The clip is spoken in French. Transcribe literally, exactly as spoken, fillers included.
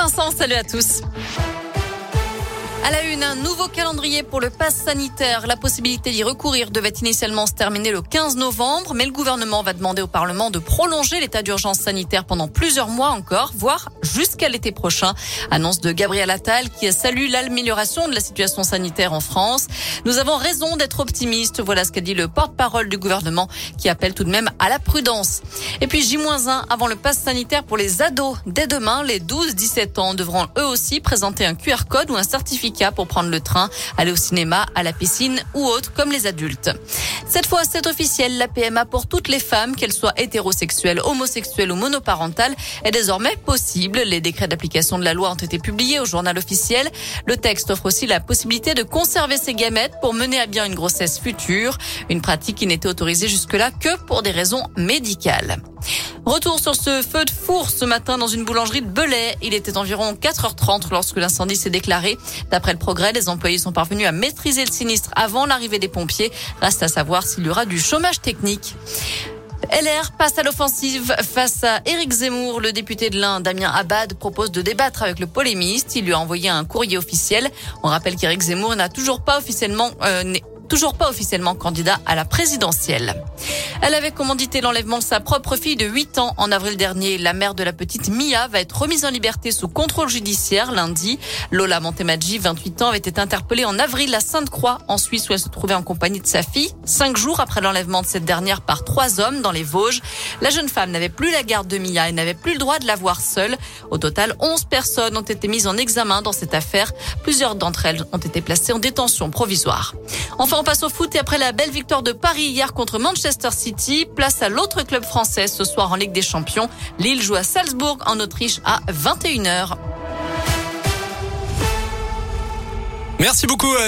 Vincent, salut à tous. À la une, un nouveau calendrier pour le pass sanitaire. La possibilité d'y recourir devait initialement se terminer le quinze novembre, mais le gouvernement va demander au Parlement de prolonger l'état d'urgence sanitaire pendant plusieurs mois encore, voire jusqu'à l'été prochain. Annonce de Gabriel Attal qui salue l'amélioration de la situation sanitaire en France. Nous avons raison d'être optimistes. Voilà ce qu'a dit le porte-parole du gouvernement qui appelle tout de même à la prudence. Et puis J moins un avant le pass sanitaire pour les ados. Dès demain, les douze dix-sept ans devront eux aussi présenter un Q R code ou un certificat pour prendre le train, aller au cinéma, à la piscine ou autre comme les adultes. Cette fois, c'est officiel, la P M A pour toutes les femmes, qu'elles soient hétérosexuelles, homosexuelles ou monoparentales, est désormais possible. Les décrets d'application de la loi ont été publiés au journal officiel. Le texte offre aussi la possibilité de conserver ses gamètes pour mener à bien une grossesse future, une pratique qui n'était autorisée jusque-là que pour des raisons médicales. Retour sur ce feu de four ce matin dans une boulangerie de Belay. Il était environ quatre heures trente lorsque l'incendie s'est déclaré. D'après le Progrès, les employés sont parvenus à maîtriser le sinistre avant l'arrivée des pompiers. Reste à savoir s'il y aura du chômage technique. L R passe à l'offensive face à Éric Zemmour. Le député de l'Ain, Damien Abad, propose de débattre avec le polémiste. Il lui a envoyé un courrier officiel. On rappelle qu'Éric Zemmour n'a toujours pas officiellement... Euh, n'est toujours pas officiellement candidat à la présidentielle. Elle avait commandité l'enlèvement de sa propre fille de huit ans en avril dernier. La mère de la petite Mia va être remise en liberté sous contrôle judiciaire lundi. Lola Montemaggi, vingt-huit ans, avait été interpellée en avril à Sainte-Croix, en Suisse, où elle se trouvait en compagnie de sa fille, cinq jours après l'enlèvement de cette dernière par trois hommes dans les Vosges. La jeune femme n'avait plus la garde de Mia et n'avait plus le droit de la voir seule. Au total, onze personnes ont été mises en examen dans cette affaire. Plusieurs d'entre elles ont été placées en détention provisoire. Enfin, on passe au foot et après la belle victoire de Paris hier contre Manchester City, place à l'autre club français ce soir en Ligue des Champions. Lille joue à Salzbourg en Autriche à vingt et une heures. Merci beaucoup.